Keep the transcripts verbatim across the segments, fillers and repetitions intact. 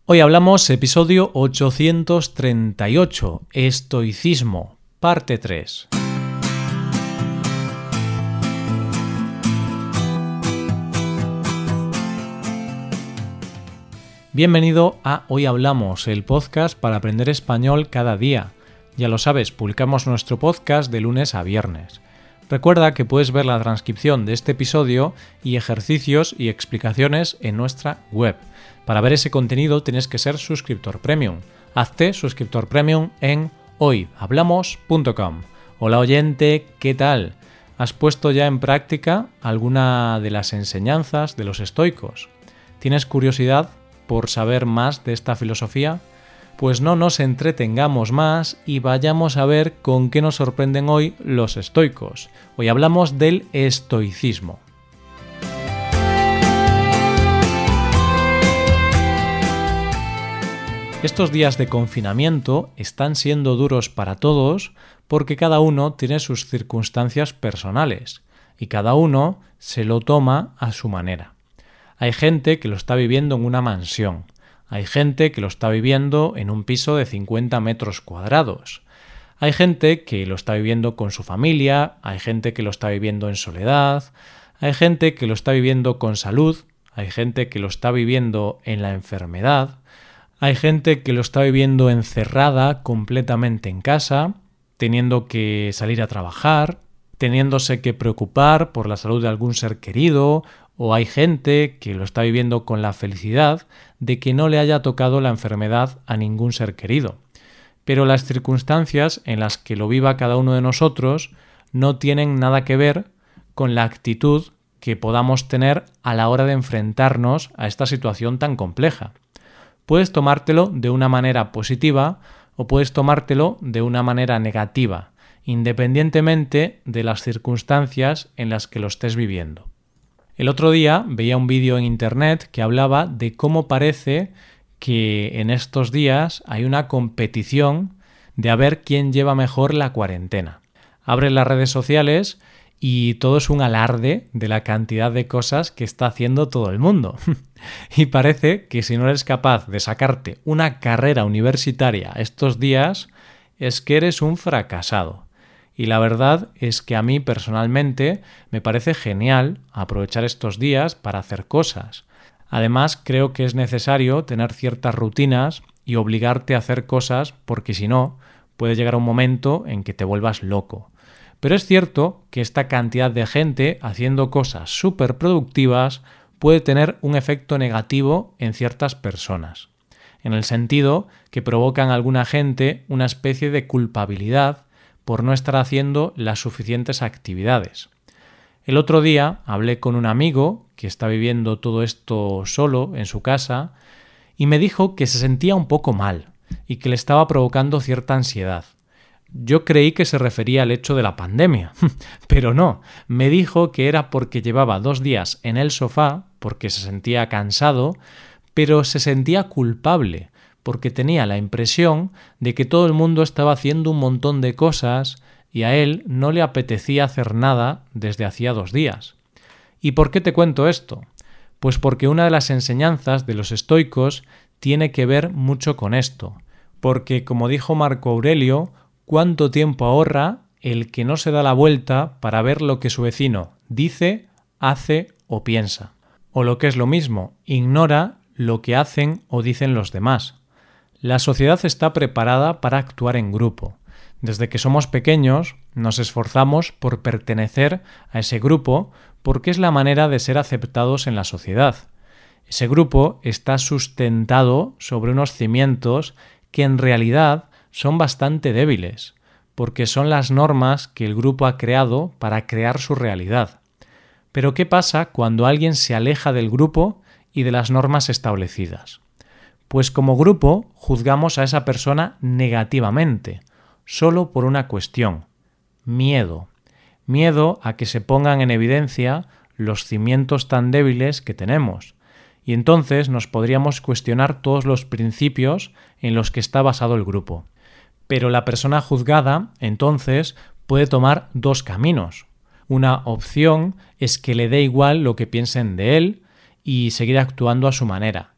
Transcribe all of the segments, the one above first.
Hoy hablamos episodio ochocientos treinta y ocho, Estoicismo, parte tres. Bienvenido a Hoy Hablamos, el podcast para aprender español cada día. Ya lo sabes, publicamos nuestro podcast de lunes a viernes. Recuerda que puedes ver la transcripción de este episodio y ejercicios y explicaciones en nuestra web. Para ver ese contenido tienes que ser suscriptor premium. Hazte suscriptor premium en hoy hablamos punto com. Hola oyente, ¿qué tal? ¿Has puesto ya en práctica alguna de las enseñanzas de los estoicos? ¿Tienes curiosidad por saber más de esta filosofía? Pues no nos entretengamos más y vayamos a ver con qué nos sorprenden hoy los estoicos. Hoy hablamos del estoicismo. Estos días de confinamiento están siendo duros para todos porque cada uno tiene sus circunstancias personales y cada uno se lo toma a su manera. Hay gente que lo está viviendo en una mansión. Hay gente que lo está viviendo en un piso de cincuenta metros cuadrados. Hay gente que lo está viviendo con su familia, hay gente que lo está viviendo en soledad, hay gente que lo está viviendo con salud, hay gente que lo está viviendo en la enfermedad, hay gente que lo está viviendo encerrada completamente en casa, teniendo que salir a trabajar, teniéndose que preocupar por la salud de algún ser querido, o hay gente que lo está viviendo con la felicidad de que no le haya tocado la enfermedad a ningún ser querido. Pero las circunstancias en las que lo viva cada uno de nosotros no tienen nada que ver con la actitud que podamos tener a la hora de enfrentarnos a esta situación tan compleja. Puedes tomártelo de una manera positiva o puedes tomártelo de una manera negativa, independientemente de las circunstancias en las que lo estés viviendo. El otro día veía un vídeo en internet que hablaba de cómo parece que en estos días hay una competición de a ver quién lleva mejor la cuarentena. Abres las redes sociales y todo es un alarde de la cantidad de cosas que está haciendo todo el mundo. Y parece que si no eres capaz de sacarte una carrera universitaria estos días, es que eres un fracasado. Y la verdad es que a mí personalmente me parece genial aprovechar estos días para hacer cosas. Además, creo que es necesario tener ciertas rutinas y obligarte a hacer cosas porque si no, puede llegar un momento en que te vuelvas loco. Pero es cierto que esta cantidad de gente haciendo cosas súper productivas puede tener un efecto negativo en ciertas personas, en el sentido que provocan a alguna gente una especie de culpabilidad por no estar haciendo las suficientes actividades. El otro día hablé con un amigo que está viviendo todo esto solo en su casa y me dijo que se sentía un poco mal y que le estaba provocando cierta ansiedad. Yo creí que se refería al hecho de la pandemia, pero no, me dijo que era porque llevaba dos días en el sofá, porque se sentía cansado, pero se sentía culpable, porque tenía la impresión de que todo el mundo estaba haciendo un montón de cosas y a él no le apetecía hacer nada desde hacía dos días. ¿Y por qué te cuento esto? Pues porque una de las enseñanzas de los estoicos tiene que ver mucho con esto, porque como dijo Marco Aurelio, ¿cuánto tiempo ahorra el que no se da la vuelta para ver lo que su vecino dice, hace o piensa? O lo que es lo mismo, ignora lo que hacen o dicen los demás. La sociedad está preparada para actuar en grupo. Desde que somos pequeños nos esforzamos por pertenecer a ese grupo porque es la manera de ser aceptados en la sociedad. Ese grupo está sustentado sobre unos cimientos que en realidad son bastante débiles, porque son las normas que el grupo ha creado para crear su realidad. Pero ¿qué pasa cuando alguien se aleja del grupo y de las normas establecidas? Pues como grupo juzgamos a esa persona negativamente, solo por una cuestión: miedo. Miedo a que se pongan en evidencia los cimientos tan débiles que tenemos. Y entonces nos podríamos cuestionar todos los principios en los que está basado el grupo. Pero la persona juzgada, entonces, puede tomar dos caminos. Una opción es que le dé igual lo que piensen de él y seguir actuando a su manera.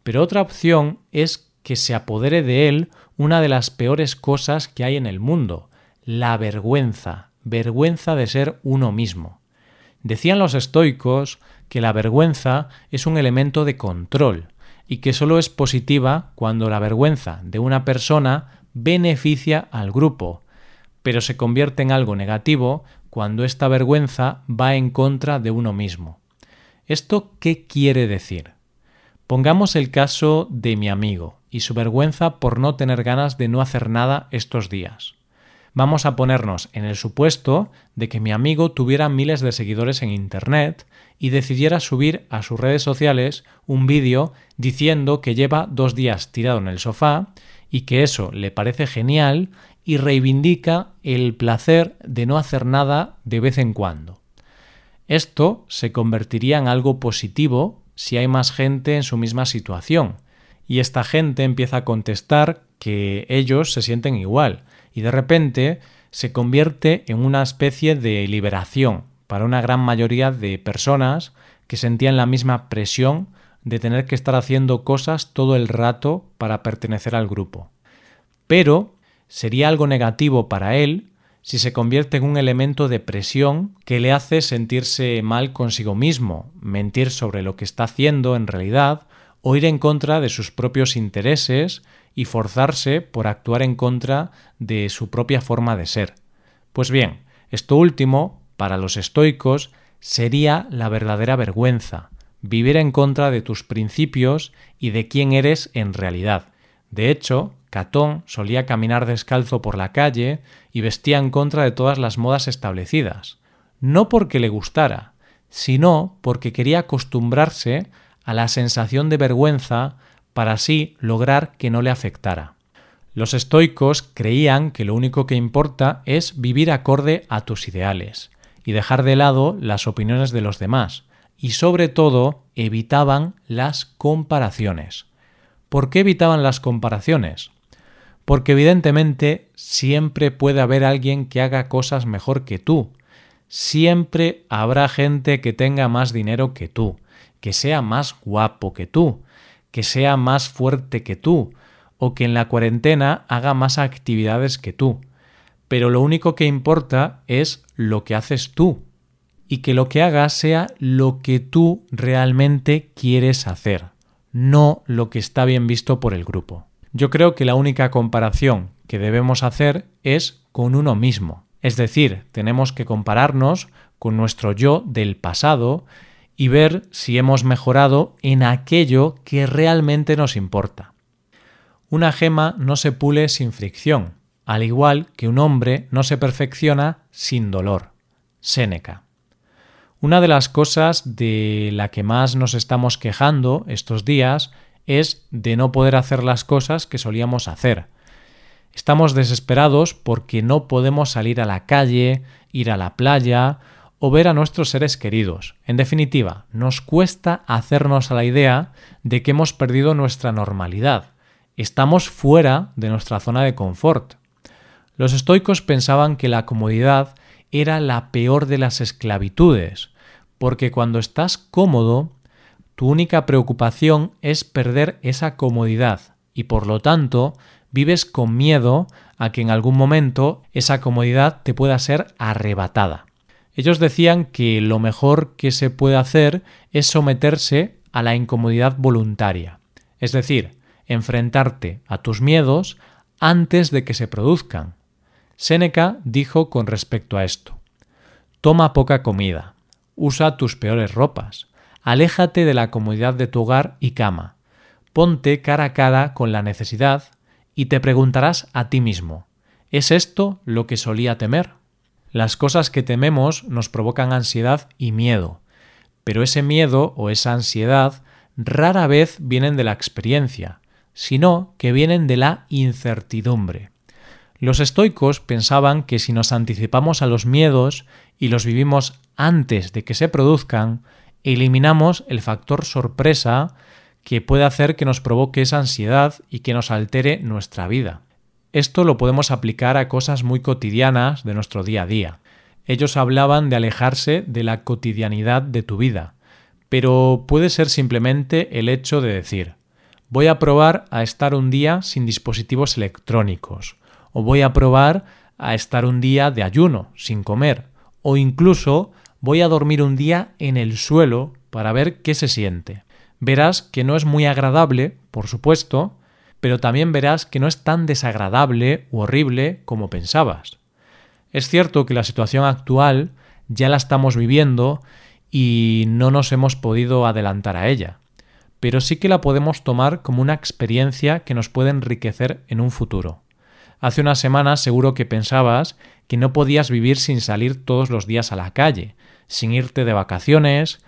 Pero otra opción es que se apodere de él una de las peores cosas que hay en el mundo, la vergüenza, vergüenza de ser uno mismo. Decían los estoicos que la vergüenza es un elemento de control y que solo es positiva cuando la vergüenza de una persona beneficia al grupo, pero se convierte en algo negativo cuando esta vergüenza va en contra de uno mismo. ¿Esto qué quiere decir? Pongamos el caso de mi amigo y su vergüenza por no tener ganas de no hacer nada estos días. Vamos a ponernos en el supuesto de que mi amigo tuviera miles de seguidores en Internet y decidiera subir a sus redes sociales un vídeo diciendo que lleva dos días tirado en el sofá y que eso le parece genial y reivindica el placer de no hacer nada de vez en cuando. Esto se convertiría en algo positivo si hay más gente en su misma situación y esta gente empieza a contestar que ellos se sienten igual y de repente se convierte en una especie de liberación para una gran mayoría de personas que sentían la misma presión de tener que estar haciendo cosas todo el rato para pertenecer al grupo. Pero sería algo negativo para él si se convierte en un elemento de presión que le hace sentirse mal consigo mismo, mentir sobre lo que está haciendo en realidad o ir en contra de sus propios intereses y forzarse por actuar en contra de su propia forma de ser. Pues bien, esto último, para los estoicos, sería la verdadera vergüenza, vivir en contra de tus principios y de quién eres en realidad. De hecho, Catón solía caminar descalzo por la calle y vestía en contra de todas las modas establecidas, no porque le gustara, sino porque quería acostumbrarse a la sensación de vergüenza para así lograr que no le afectara. Los estoicos creían que lo único que importa es vivir acorde a tus ideales y dejar de lado las opiniones de los demás, y sobre todo evitaban las comparaciones. ¿Por qué evitaban las comparaciones? Porque evidentemente siempre puede haber alguien que haga cosas mejor que tú. Siempre habrá gente que tenga más dinero que tú, que sea más guapo que tú, que sea más fuerte que tú, o que en la cuarentena haga más actividades que tú. Pero lo único que importa es lo que haces tú, y que lo que hagas sea lo que tú realmente quieres hacer, no lo que está bien visto por el grupo. Yo creo que la única comparación que debemos hacer es con uno mismo. Es decir, tenemos que compararnos con nuestro yo del pasado y ver si hemos mejorado en aquello que realmente nos importa. Una gema no se pule sin fricción, al igual que un hombre no se perfecciona sin dolor. Séneca. Una de las cosas de la que más nos estamos quejando estos días es de no poder hacer las cosas que solíamos hacer. Estamos desesperados porque no podemos salir a la calle, ir a la playa o ver a nuestros seres queridos. En definitiva, nos cuesta hacernos a la idea de que hemos perdido nuestra normalidad. Estamos fuera de nuestra zona de confort. Los estoicos pensaban que la comodidad era la peor de las esclavitudes, porque cuando estás cómodo, tu única preocupación es perder esa comodidad y por lo tanto vives con miedo a que en algún momento esa comodidad te pueda ser arrebatada. Ellos decían que lo mejor que se puede hacer es someterse a la incomodidad voluntaria, es decir, enfrentarte a tus miedos antes de que se produzcan. Séneca dijo con respecto a esto: toma poca comida, usa tus peores ropas, aléjate de la comodidad de tu hogar y cama, ponte cara a cara con la necesidad y te preguntarás a ti mismo: ¿es esto lo que solía temer? Las cosas que tememos nos provocan ansiedad y miedo, pero ese miedo o esa ansiedad rara vez vienen de la experiencia, sino que vienen de la incertidumbre. Los estoicos pensaban que si nos anticipamos a los miedos y los vivimos antes de que se produzcan, eliminamos el factor sorpresa que puede hacer que nos provoque esa ansiedad y que nos altere nuestra vida. Esto lo podemos aplicar a cosas muy cotidianas de nuestro día a día. Ellos hablaban de alejarse de la cotidianidad de tu vida, pero puede ser simplemente el hecho de decir: voy a probar a estar un día sin dispositivos electrónicos, o voy a probar a estar un día de ayuno, sin comer, o incluso voy a dormir un día en el suelo para ver qué se siente. Verás que no es muy agradable, por supuesto, pero también verás que no es tan desagradable u horrible como pensabas. Es cierto que la situación actual ya la estamos viviendo y no nos hemos podido adelantar a ella, pero sí que la podemos tomar como una experiencia que nos puede enriquecer en un futuro. Hace unas semanas seguro que pensabas que no podías vivir sin salir todos los días a la calle, sin irte de vacaciones,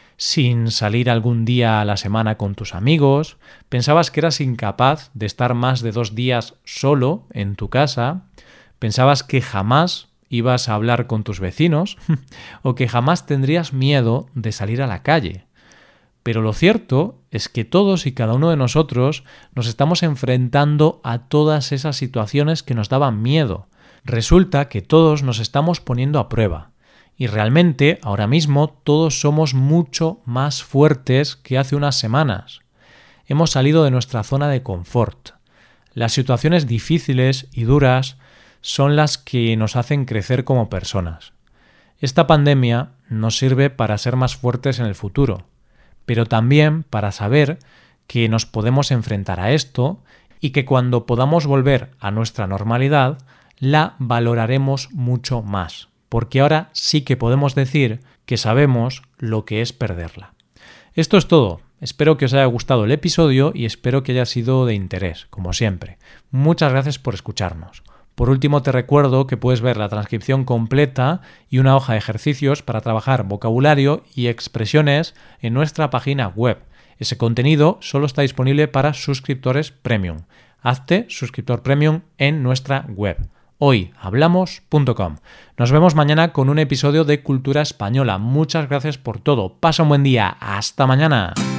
sin salir algún día a la semana con tus amigos, pensabas que eras incapaz de estar más de dos días solo en tu casa, pensabas que jamás ibas a hablar con tus vecinos o que jamás tendrías miedo de salir a la calle. Pero lo cierto es que todos y cada uno de nosotros nos estamos enfrentando a todas esas situaciones que nos daban miedo. Resulta que todos nos estamos poniendo a prueba. Y realmente, ahora mismo, todos somos mucho más fuertes que hace unas semanas. Hemos salido de nuestra zona de confort. Las situaciones difíciles y duras son las que nos hacen crecer como personas. Esta pandemia nos sirve para ser más fuertes en el futuro, pero también para saber que nos podemos enfrentar a esto y que cuando podamos volver a nuestra normalidad, la valoraremos mucho más, porque ahora sí que podemos decir que sabemos lo que es perderla. Esto es todo. Espero que os haya gustado el episodio y espero que haya sido de interés, como siempre. Muchas gracias por escucharnos. Por último, te recuerdo que puedes ver la transcripción completa y una hoja de ejercicios para trabajar vocabulario y expresiones en nuestra página web. Ese contenido solo está disponible para suscriptores premium. Hazte suscriptor premium en nuestra web hoy hablamos punto com. Nos vemos mañana con un episodio de Cultura Española. Muchas gracias por todo. Pasa un buen día. Hasta mañana.